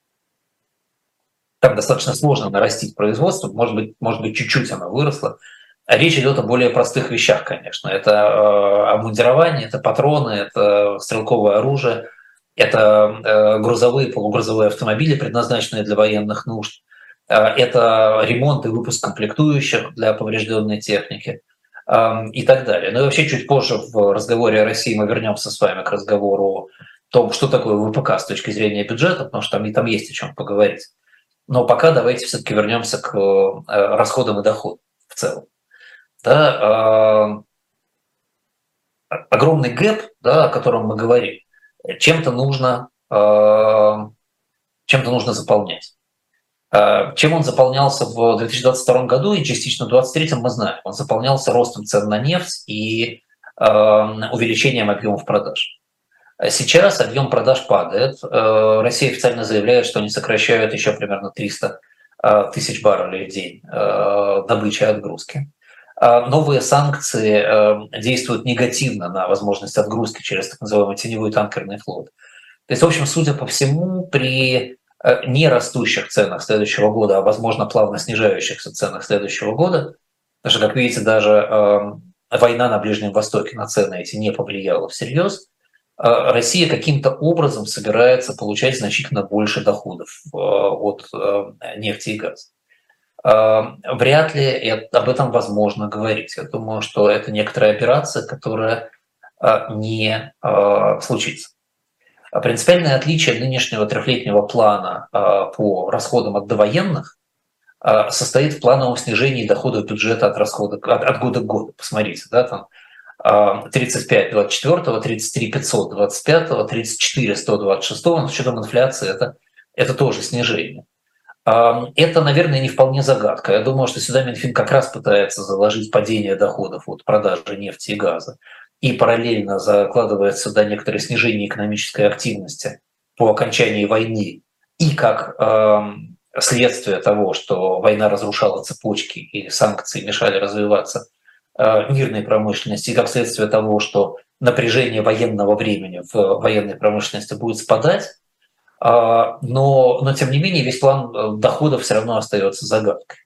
Там достаточно сложно нарастить производство, может быть, чуть-чуть оно выросло. Речь идет о более простых вещах, конечно. Это обмундирование, это патроны, это стрелковое оружие, это грузовые, полугрузовые автомобили, предназначенные для военных нужд, это ремонт и выпуск комплектующих для поврежденной техники и так далее. Ну и вообще чуть позже в разговоре о России мы вернемся с вами к разговору о том, что такое ВПК с точки зрения бюджета, потому что там есть о чем поговорить. Но пока давайте все-таки вернемся к расходам и доходам в целом. Да, огромный гэп, да, о котором мы говорим, чем-то нужно заполнять. Чем он заполнялся в 2022 году и частично в 2023 мы знаем. Он заполнялся ростом цен на нефть и увеличением объемов продаж. Сейчас объем продаж падает. Россия официально заявляет, что они сокращают еще примерно 300 тысяч баррелей в день добычи и отгрузки. Новые санкции действуют негативно на возможность отгрузки через так называемый теневой танкерный флот. То есть, в общем, судя по всему, при не растущих ценах следующего года, а, возможно, плавно снижающихся ценах следующего года, потому что, как видите, даже война на Ближнем Востоке на цены эти не повлияла всерьез, Россия каким-то образом собирается получать значительно больше доходов от нефти и газа. Вряд ли об этом возможно говорить. Я думаю, что это некоторая операция, которая не случится. Принципиальное отличие нынешнего трехлетнего плана по расходам от довоенных состоит в плановом снижении доходов бюджета от расходов от года к году. Посмотрите, да, там 35 24, 33 500 25, 34 100 26, но с учетом инфляции это тоже снижение. Это, наверное, не вполне загадка. Я думаю, что сюда Минфин как раз пытается заложить падение доходов от продажи нефти и газа. И параллельно закладывает сюда некоторое снижение экономической активности по окончании войны. И как следствие того, что война разрушала цепочки и санкции мешали развиваться мирной промышленности, и как следствие того, что напряжение военного времени в военной промышленности будет спадать, но тем не менее весь план доходов все равно остается загадкой.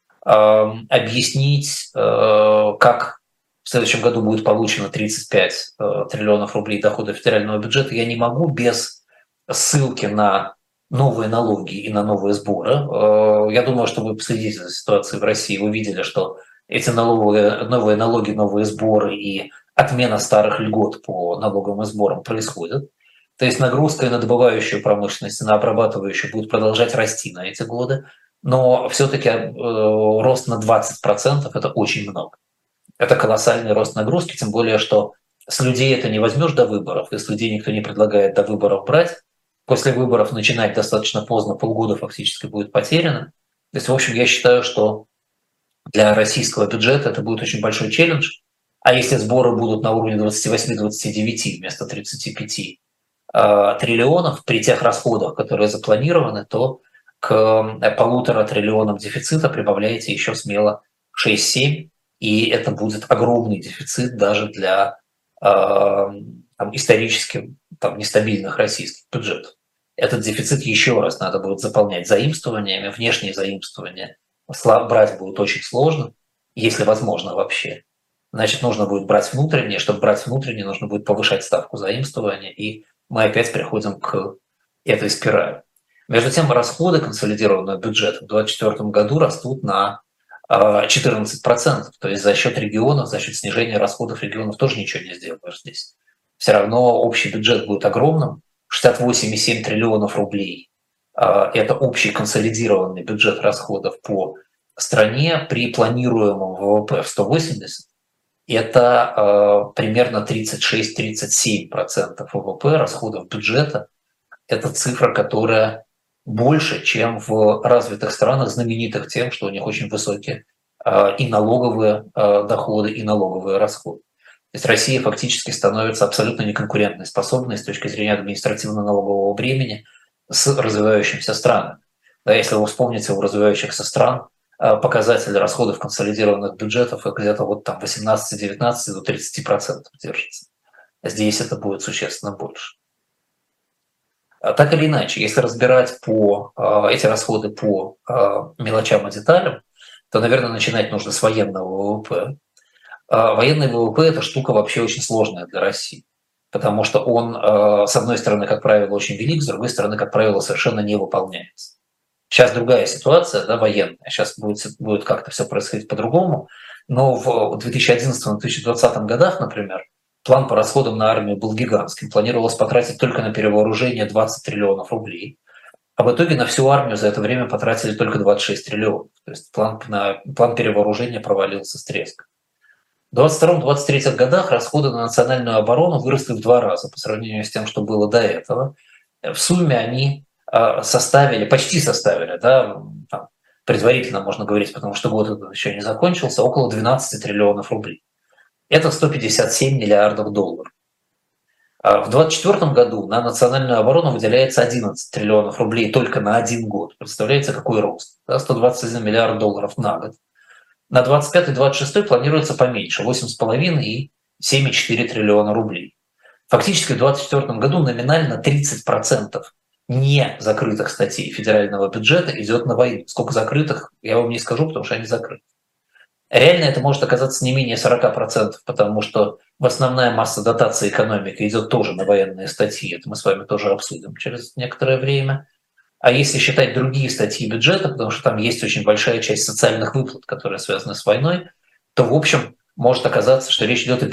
Объяснить, как в следующем году будет получено 35 триллионов рублей доходов федерального бюджета, я не могу без ссылки на новые налоги и на новые сборы. Я думаю, что вы последите за ситуацией в России, вы видели, что эти новые налоги, новые сборы и отмена старых льгот по налогам и сборам происходят. То есть нагрузка на добывающую промышленность, на обрабатывающую будет продолжать расти на эти годы, но все-таки рост на 20% – это очень много. Это колоссальный рост нагрузки, тем более, что с людей это не возьмешь до выборов, и с людей никто не предлагает до выборов брать. После выборов начинать достаточно поздно, полгода фактически будет потеряно. То есть, в общем, я считаю, что для российского бюджета это будет очень большой челлендж. А если сборы будут на уровне 28-29 вместо 35 триллионов при тех расходах, которые запланированы, то к 1,5 триллионам дефицита прибавляете еще смело 6-7, и это будет огромный дефицит даже для исторически нестабильных российских бюджетов. Этот дефицит еще раз надо будет заполнять заимствованиями, внешние заимствования брать будет очень сложно, если возможно вообще. Значит, нужно будет брать внутреннее. Чтобы брать внутреннее, нужно будет повышать ставку заимствования, и мы опять приходим к этой спирали. Между тем, расходы консолидированного бюджета в 2024 году растут на 14%. То есть за счет регионов, за счет снижения расходов регионов тоже ничего не сделаешь здесь. Все равно общий бюджет будет огромным. 68,7 триллионов рублей – это общий консолидированный бюджет расходов по стране при планируемом ВВП в 180. Это примерно 36-37% ВВП расходов бюджета. Это цифра, которая больше, чем в развитых странах, знаменитых тем, что у них очень высокие и налоговые доходы, и налоговые расходы. То есть Россия фактически становится абсолютно неконкурентной способной с точки зрения административно-налогового бремени с развивающимися странами. Да, если вы вспомните, у развивающихся стран показатель расходов консолидированных бюджетов где-то вот там 18-19 до 30% держится. Здесь это будет существенно больше. Так или иначе, если разбирать эти расходы по мелочам и деталям, то, наверное, начинать нужно с военного ВВП. Военный ВВП – это штука вообще очень сложная для России, потому что он, с одной стороны, как правило, очень велик, с другой стороны, как правило, совершенно не выполняется. Сейчас другая ситуация, да, военная, сейчас будет как-то все происходить по-другому, но в 2011-2020 годах, например, план по расходам на армию был гигантским, планировалось потратить только на перевооружение 20 триллионов рублей, а в итоге на всю армию за это время потратили только 26 триллионов, то есть план перевооружения провалился с треском. В 2022-2023 годах расходы на национальную оборону выросли в 2 раза по сравнению с тем, что было до этого. В сумме они почти составили, да, предварительно можно говорить, потому что год этот еще не закончился, около 12 триллионов рублей. Это 157 миллиардов долларов. В 2024 году на национальную оборону выделяется 11 триллионов рублей только на 1 год. Представляете, какой рост? Да, 121 миллиард долларов на год. На 25-26 планируется поменьше, 8,5 и 7,4 триллиона рублей. Фактически в 2024 году номинально 30% не закрытых статей федерального бюджета идет на войну. Сколько закрытых, я вам не скажу, потому что они закрыты. Реально это может оказаться не менее 40%, потому что основная масса дотации экономики идет тоже на военные статьи. Это мы с вами тоже обсудим через некоторое время. А если считать другие статьи бюджета, потому что там есть очень большая часть социальных выплат, которые связаны с войной, то, в общем, может оказаться, что речь идет о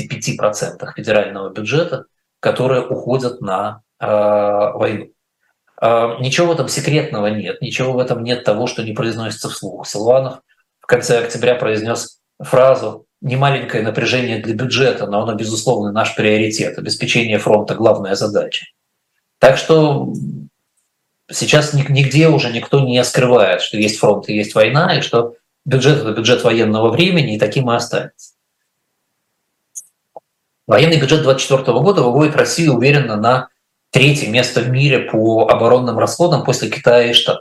55% федерального бюджета, которые уходят на войну. Ничего в этом секретного нет, ничего в этом нет того, что не произносится вслух. Силуанов в конце октября произнес фразу «немаленькое напряжение для бюджета, но оно, безусловно, наш приоритет. Обеспечение фронта – главная задача». Так что сейчас нигде уже никто не скрывает, что есть фронт и есть война, и что бюджет – это бюджет военного времени, и таким и останется. Военный бюджет 2024 года выводит Россию уверенно на третье место в мире по оборонным расходам после Китая и Штатов.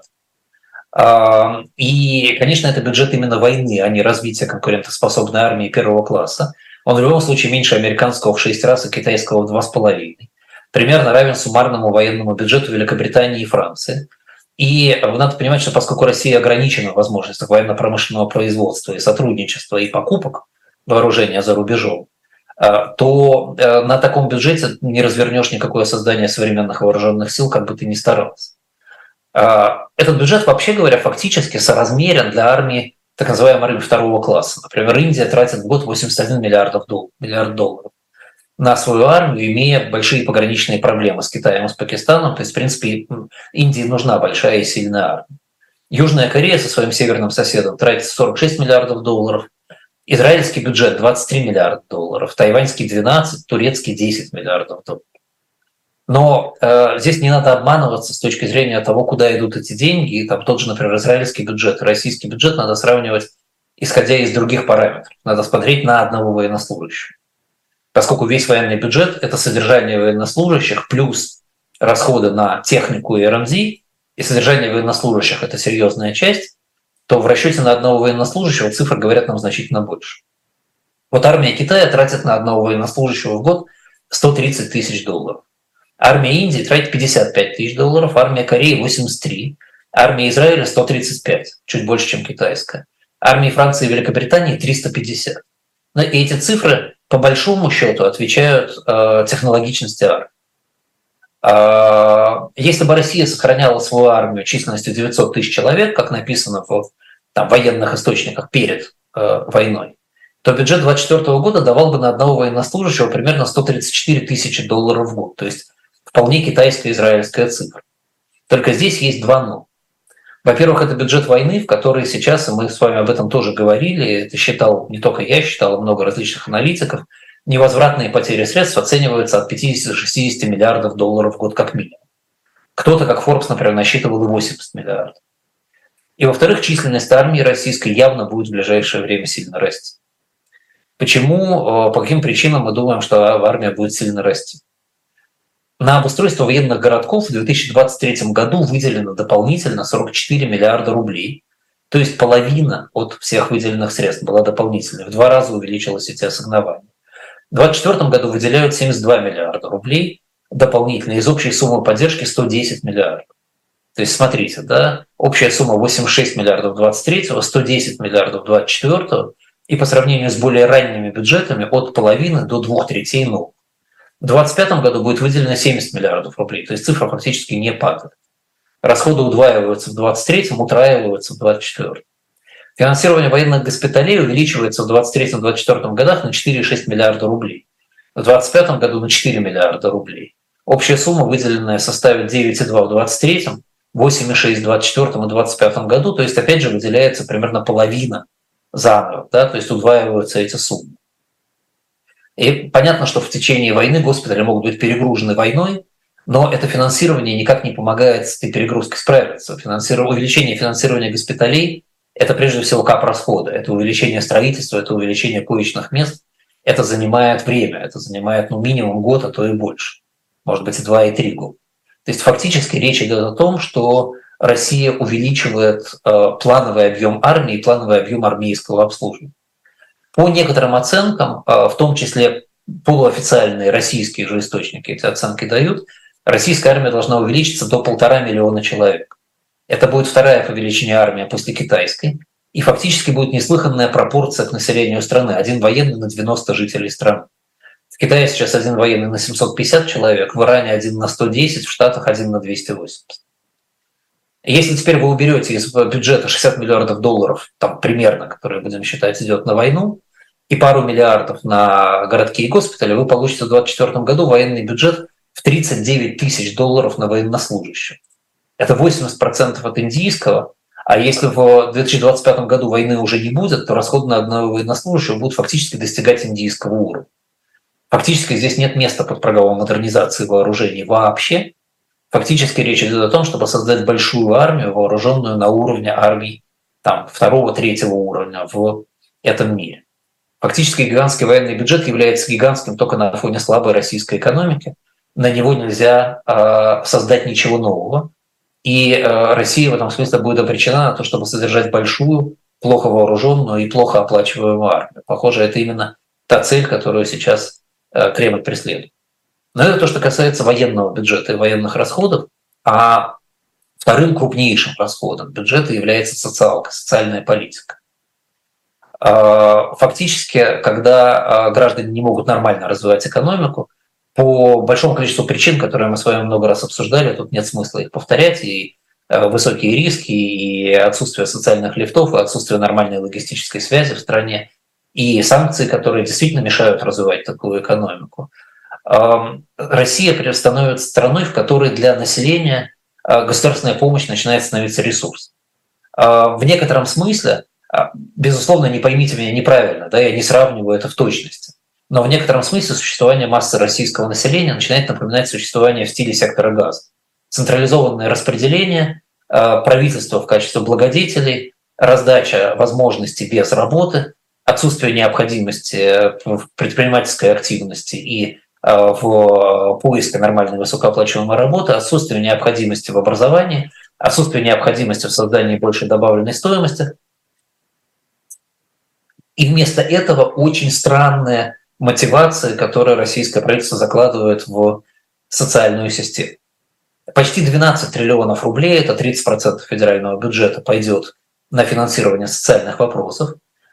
И, конечно, это бюджет именно войны, а не развития конкурентоспособной армии первого класса. Он в любом случае меньше американского в 6 раз и китайского в 2,5. Примерно равен суммарному военному бюджету Великобритании и Франции. И надо понимать, что поскольку Россия ограничена в возможностях военно-промышленного производства и сотрудничества и покупок вооружения за рубежом, то на таком бюджете не развернешь никакое создание современных вооруженных сил, как бы ты ни старался. Этот бюджет, вообще говоря, фактически соразмерен для армии так называемой армии второго класса. Например, Индия тратит в год 81 миллиард долларов на свою армию, имея большие пограничные проблемы с Китаем и с Пакистаном. То есть, в принципе, Индии нужна большая и сильная армия. Южная Корея со своим северным соседом тратит 46 миллиардов долларов. Израильский бюджет 23 миллиарда долларов, тайваньский 12, турецкий 10 миллиардов долларов. Но здесь не надо обманываться с точки зрения того, куда идут эти деньги. И там тот же, например, израильский бюджет, российский бюджет надо сравнивать, исходя из других параметров. Надо смотреть на одного военнослужащего. Поскольку весь военный бюджет – это содержание военнослужащих плюс расходы на технику и РМЗ, и содержание военнослужащих – это серьезная часть, то в расчете на одного военнослужащего цифры говорят нам значительно больше. Вот армия Китая тратит на одного военнослужащего в год 130 тысяч долларов. Армия Индии тратит 55 тысяч долларов, армия Кореи 83, армия Израиля 135, чуть больше, чем китайская. Армии Франции и Великобритании 350. Но эти цифры по большому счету отвечают технологичности армии. Если бы Россия сохраняла свою армию численностью 900 тысяч человек, как написано в военных источниках перед войной, то бюджет 2024 года давал бы на одного военнослужащего примерно 134 тысячи долларов в год. То есть вполне китайская израильская цифра. Только здесь есть два «но». Во-первых, это бюджет войны, в который сейчас, и мы с вами об этом тоже говорили, это считал не только я, считал много различных аналитиков, невозвратные потери средств оцениваются от 50 до 60 миллиардов долларов в год как минимум. Кто-то, как Forbes, например, насчитывал и 80 миллиардов. И, во-вторых, численность армии российской явно будет в ближайшее время сильно расти. Почему, по каким причинам мы думаем, что армия будет сильно расти? На обустройство военных городков в 2023 году выделено дополнительно 44 миллиарда рублей, то есть половина от всех выделенных средств была дополнительной, в 2 раза увеличилось эти ассигнования. В 2024 году выделяют 72 миллиарда рублей дополнительно, из общей суммы поддержки 110 миллиардов. То есть смотрите, да, общая сумма 86 миллиардов 23-го, 110 миллиардов 24-го, и по сравнению с более ранними бюджетами от половины до 2/3 новых. В 2025 году будет выделено 70 миллиардов рублей, то есть цифра фактически не падает. Расходы удваиваются в 2023-м, утраиваются в 2024-м. Финансирование военных госпиталей увеличивается в 2023-2024 годах на 4,6 миллиарда рублей. В 2025 году на 4 миллиарда рублей. Общая сумма, выделенная, составит 9,2 в 2023-м, 8,6 в 2024 и 2025 году, то есть опять же выделяется примерно половина заново, да, то есть удваиваются эти суммы. И понятно, что в течение войны госпитали могут быть перегружены войной, но это финансирование никак не помогает с этой перегрузкой справиться. Увеличение финансирования госпиталей – это прежде всего капрасходы, это увеличение строительства, это увеличение коечных мест. Это занимает время, это занимает минимум год, а то и больше, может быть и 2, и 3 года. То есть фактически речь идет о том, что Россия увеличивает плановый объем армии, плановый объем армейского обслуживания. По некоторым оценкам, в том числе полуофициальные российские же источники эти оценки дают, российская армия должна увеличиться до 1,5 миллиона человек. Это будет вторая по величине армия после китайской. И фактически будет неслыханная пропорция к населению страны. 1 военный на 90 жителей страны. В Китае сейчас 1 военный на 750 человек, в Иране 1 на 110, в Штатах 1 на 280. Если теперь вы уберете из бюджета 60 миллиардов долларов, там примерно, которые, будем считать, идет на войну, и пару миллиардов на городки и госпитали, вы получите в 2024 году военный бюджет в 39 тысяч долларов на военнослужащих. это 80% от индийского, а если в 2025 году войны уже не будет, то расходы на одного военнослужащего будут фактически достигать индийского уровня. Фактически здесь нет места под программу модернизации вооружений вообще. Фактически речь идет о том, чтобы создать большую армию, вооруженную на уровне армий там, 2-3 уровня в этом мире. Фактически гигантский военный бюджет является гигантским только на фоне слабой российской экономики. На него нельзя создать ничего нового. И Россия в этом смысле будет обречена на то, чтобы содержать большую, плохо вооруженную и плохо оплачиваемую армию. Похоже, это именно та цель, которую сейчас Кремль преследует. Но это то, что касается военного бюджета и военных расходов. А вторым крупнейшим расходом бюджета является социалка, социальная политика. Фактически, когда граждане не могут нормально развивать экономику, по большому количеству причин, которые мы с вами много раз обсуждали, тут нет смысла их повторять, и высокие риски, и отсутствие социальных лифтов, и отсутствие нормальной логистической связи в стране, и санкции, которые действительно мешают развивать такую экономику. Россия становится страной, в которой для населения государственная помощь начинает становиться ресурсом. В некотором смысле, безусловно, не поймите меня неправильно, да, я не сравниваю это в точности, но в некотором смысле существование массы российского населения начинает напоминать существование в стиле сектора газа. Централизованное распределение, правительство в качестве благодетелей, раздача возможностей без работы, отсутствие необходимости в предпринимательской активности и в поиске нормальной высокооплачиваемой работы, отсутствие необходимости в образовании, отсутствие необходимости в создании большей добавленной стоимости. И вместо этого очень странная мотивация, которую российское правительство закладывает в социальную систему. Почти 12 триллионов рублей, это 30% федерального бюджета, пойдет на финансирование социальных вопросов.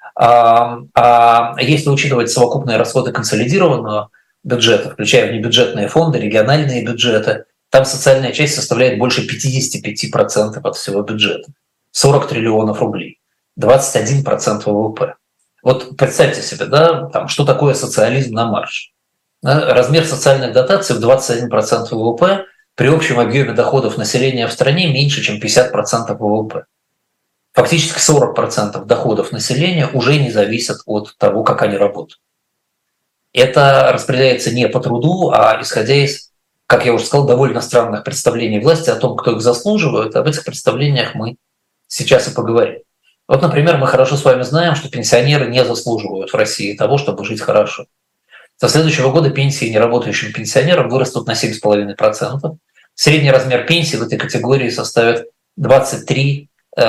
А если учитывать совокупные расходы консолидированного бюджета, включая внебюджетные фонды, региональные бюджеты, там социальная часть составляет больше 55% от всего бюджета. 40 триллионов рублей, 21% ВВП. Вот представьте себе, да, там, что такое социализм на марш. Размер социальных дотаций в 21% ВВП при общем объеме доходов населения в стране меньше, чем 50% ВВП. Фактически 40% доходов населения уже не зависят от того, как они работают. Это распределяется не по труду, а исходя из, как я уже сказал, довольно странных представлений власти о том, кто их заслуживает. Об этих представлениях мы сейчас и поговорим. Вот, например, мы хорошо с вами знаем, что пенсионеры не заслуживают в России того, чтобы жить хорошо. Со следующего года пенсии неработающим пенсионерам вырастут на 7,5%. Средний размер пенсии в этой категории составит 23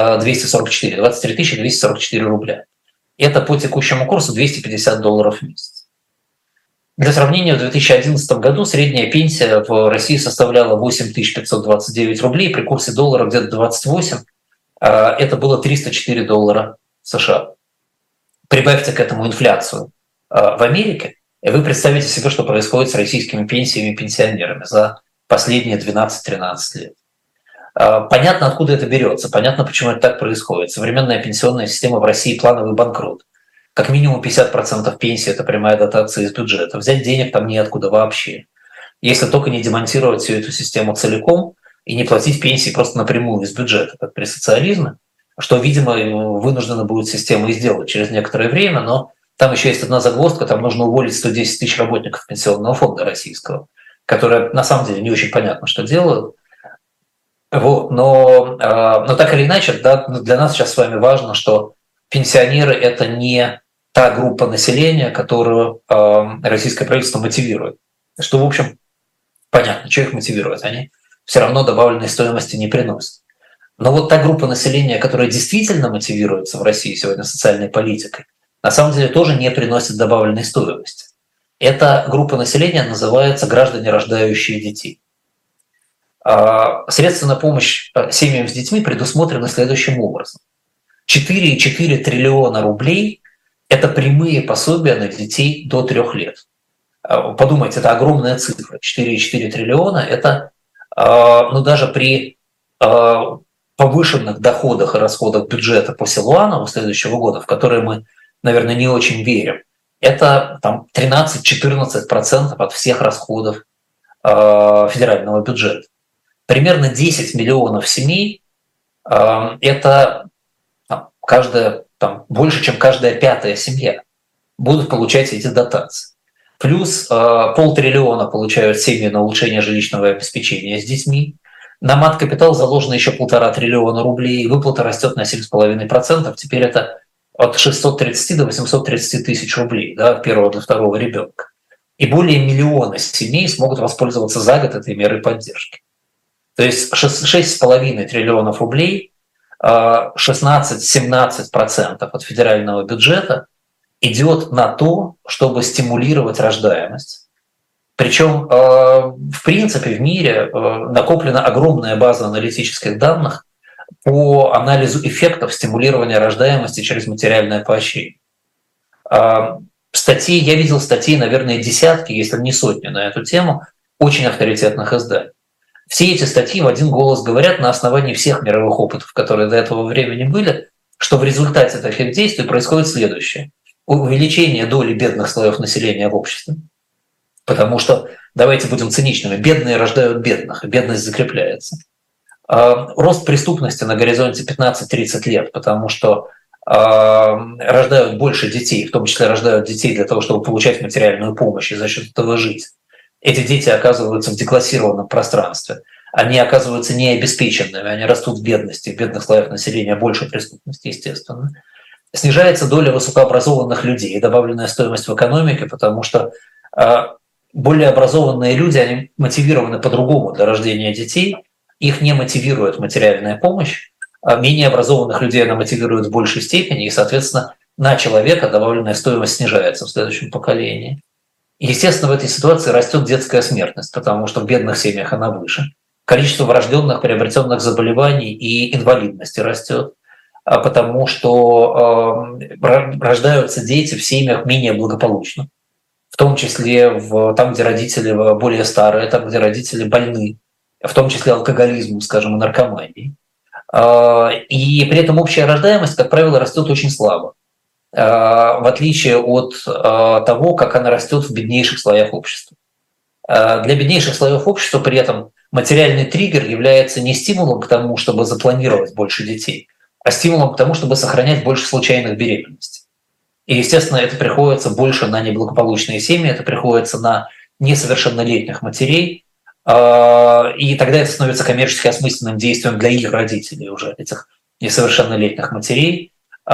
244 рубля. Это по текущему курсу $250 в месяц. Для сравнения, в 2011 году средняя пенсия в России составляла 8529 рублей, при курсе доллара где-то 28. Это было $304 США. Прибавьте к этому инфляцию в Америке, и вы представите себе, что происходит с российскими пенсиями и пенсионерами за последние 12-13 лет. Понятно, откуда это берется, понятно, почему это так происходит. Современная пенсионная система в России – плановый банкрот. Как минимум 50% пенсии – это прямая дотация из бюджета. Взять денег там неоткуда вообще. Если только не демонтировать всю эту систему целиком и не платить пенсии просто напрямую из бюджета, как при социализме, что, видимо, вынуждена будет система и сделать через некоторое время, но там еще есть одна загвоздка, там нужно уволить 110 тысяч работников пенсионного фонда российского, которые на самом деле не очень понятно, что делают. Вот, но так или иначе, да, для нас сейчас с вами важно, что пенсионеры – это не та группа населения, которую российское правительство мотивирует. Что, в общем, понятно, что их мотивирует. Они все равно добавленной стоимости не приносят. Но вот та группа населения, которая действительно мотивируется в России сегодня социальной политикой, на самом деле тоже не приносит добавленной стоимости. Эта группа населения называется граждане, рождающие детей. Средства на помощь семьям с детьми предусмотрены следующим образом. 4,4 триллиона рублей – это прямые пособия на детей до 3 лет. Подумайте, это огромная цифра. 4,4 триллиона – это даже при повышенных доходах и расходах бюджета по Силуанову следующего года, в которые мы, наверное, не очень верим, это там 13-14% от всех расходов федерального бюджета. примерно 10 миллионов семей, это больше, чем каждая пятая семья, будут получать эти дотации. Плюс 500 миллиона получают семьи на улучшение жилищного обеспечения с детьми. На мат-капитал заложено еще 1,5 триллиона рублей, выплата растет на 7,5%. Теперь это от 630 до 830 тысяч рублей, да, от первого до второго ребенка. И более миллиона семей смогут воспользоваться за год этой мерой поддержки. То есть 6,5 триллионов рублей, 16-17% от федерального бюджета идет на то, чтобы стимулировать рождаемость. Причем, в принципе, в мире накоплена огромная база аналитических данных по анализу эффектов стимулирования рождаемости через материальное поощрение. Статьи, я видел статьи, наверное, десятки, если не сотни на эту тему, очень авторитетных изданий. Все эти статьи в один голос говорят на основании всех мировых опытов, которые до этого времени были, что в результате таких действий происходит следующее. Увеличение доли бедных слоев населения в обществе. Потому что, давайте будем циничными, бедные рождают бедных, и бедность закрепляется. Рост преступности на горизонте 15-30 лет, потому что рождают больше детей, в том числе рождают детей для того, чтобы получать материальную помощь и за счет этого жить. Эти дети оказываются в деклассированном пространстве. Они оказываются необеспеченными, они растут в бедности, в бедных слоях населения больше преступности, естественно. Снижается доля высокообразованных людей, добавленная стоимость в экономике, потому что более образованные люди, они мотивированы по-другому для рождения детей, их не мотивирует материальная помощь, а менее образованных людей она мотивирует в большей степени, и, соответственно, на человека добавленная стоимость снижается в следующем поколении. Естественно, в этой ситуации растет детская смертность, потому что в бедных семьях она выше. Количество врожденных приобретенных заболеваний и инвалидности растет, потому что рождаются дети в семьях менее благополучных, в том числе там, где родители более старые, там, где родители больны, в том числе алкоголизмом, скажем, и наркоманией. И при этом общая рождаемость, как правило, растет очень слабо, в отличие от того, как она растет в беднейших слоях общества. Для беднейших слоев общества при этом материальный триггер является не стимулом к тому, чтобы запланировать больше детей, а стимулом к тому, чтобы сохранять больше случайных беременностей. И, естественно, это приходится больше на неблагополучные семьи, это приходится на несовершеннолетних матерей, и тогда это становится коммерчески осмысленным действием для их родителей уже, этих несовершеннолетних матерей.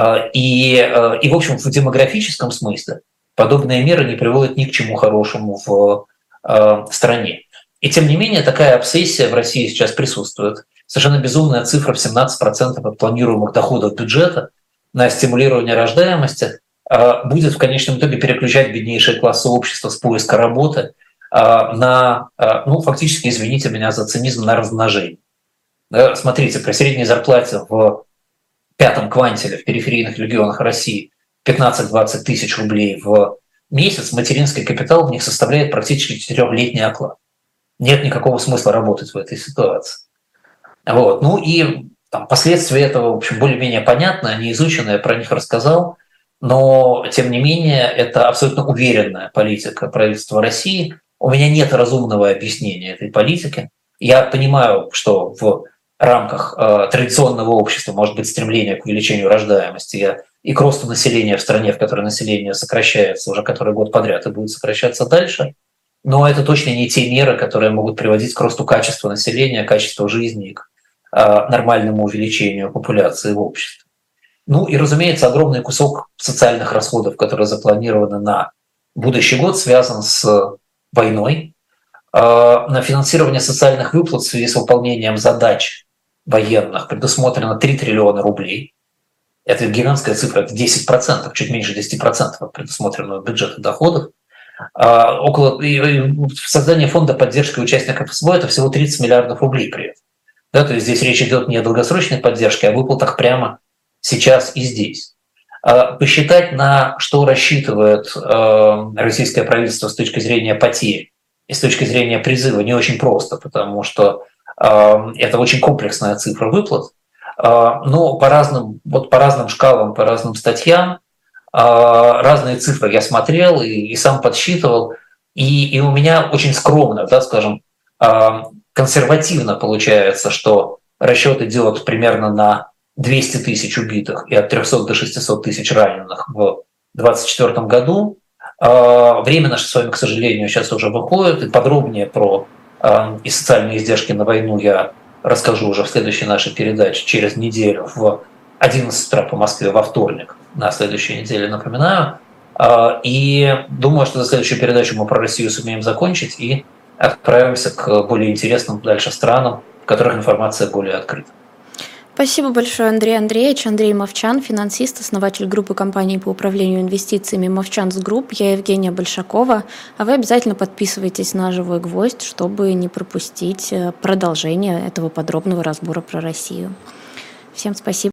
И в общем, в демографическом смысле подобные меры не приводят ни к чему хорошему в стране. И тем не менее, такая обсессия в России сейчас присутствует. Совершенно безумная цифра в 17% от планируемых доходов бюджета на стимулирование рождаемости будет в конечном итоге переключать беднейшие классы общества с поиска работы на, фактически, извините меня за цинизм, на размножение. Да, смотрите, при средней зарплате в пятом квантиле в периферийных регионах России 15-20 тысяч рублей в месяц, материнский капитал в них составляет практически 4-летний оклад. Нет никакого смысла работать в этой ситуации. Вот. Ну и последствия этого, в общем, более-менее понятны, они изучены, я про них рассказал, но, тем не менее, это абсолютно уверенная политика правительства России. У меня нет разумного объяснения этой политики. Я понимаю, что в рамках традиционного общества может быть стремление к увеличению рождаемости и к росту населения в стране, в которой население сокращается уже который год подряд и будет сокращаться дальше. Но это точно не те меры, которые могут приводить к росту качества населения, качества жизни и к нормальному увеличению популяции в обществе. Ну и, разумеется, огромный кусок социальных расходов, которые запланированы на будущий год, связан с войной. На финансирование социальных выплат в связи с выполнением задач военных предусмотрено 3 триллиона рублей. Это гигантская цифра, это 10%, чуть меньше 10% от предусмотренного бюджета доходов. Создание фонда поддержки участников СВО – это всего 30 миллиардов рублей при этом. Да, то есть здесь речь идет не о долгосрочной поддержке, а о выплатах прямо сейчас и здесь. Посчитать, на что рассчитывает российское правительство с точки зрения потерь и с точки зрения призыва, не очень просто, потому что это очень комплексная цифра выплат. Но по разным шкалам, по разным статьям, разные цифры я смотрел и сам подсчитывал. И у меня очень скромно, да, скажем, консервативно получается, что расчет идет примерно на 200 тысяч убитых и от 300 до 600 тысяч раненых в 2024 году. Время наше с вами, к сожалению, сейчас уже выходит, и подробнее про и социальные издержки на войну я расскажу уже в следующей нашей передаче через неделю в 11 утра по Москве во вторник, на следующей неделе, напоминаю. И думаю, что за следующую передачу мы про Россию сумеем закончить и отправимся к более интересным дальше странам, в которых информация более открыта. Спасибо большое, Андрей Андреевич. Андрей Мовчан, финансист, основатель группы компаний по управлению инвестициями Мовчанс Групп. Я Евгения Большакова. А вы обязательно подписывайтесь на «Живой гвоздь», чтобы не пропустить продолжение этого подробного разбора про Россию. Всем спасибо.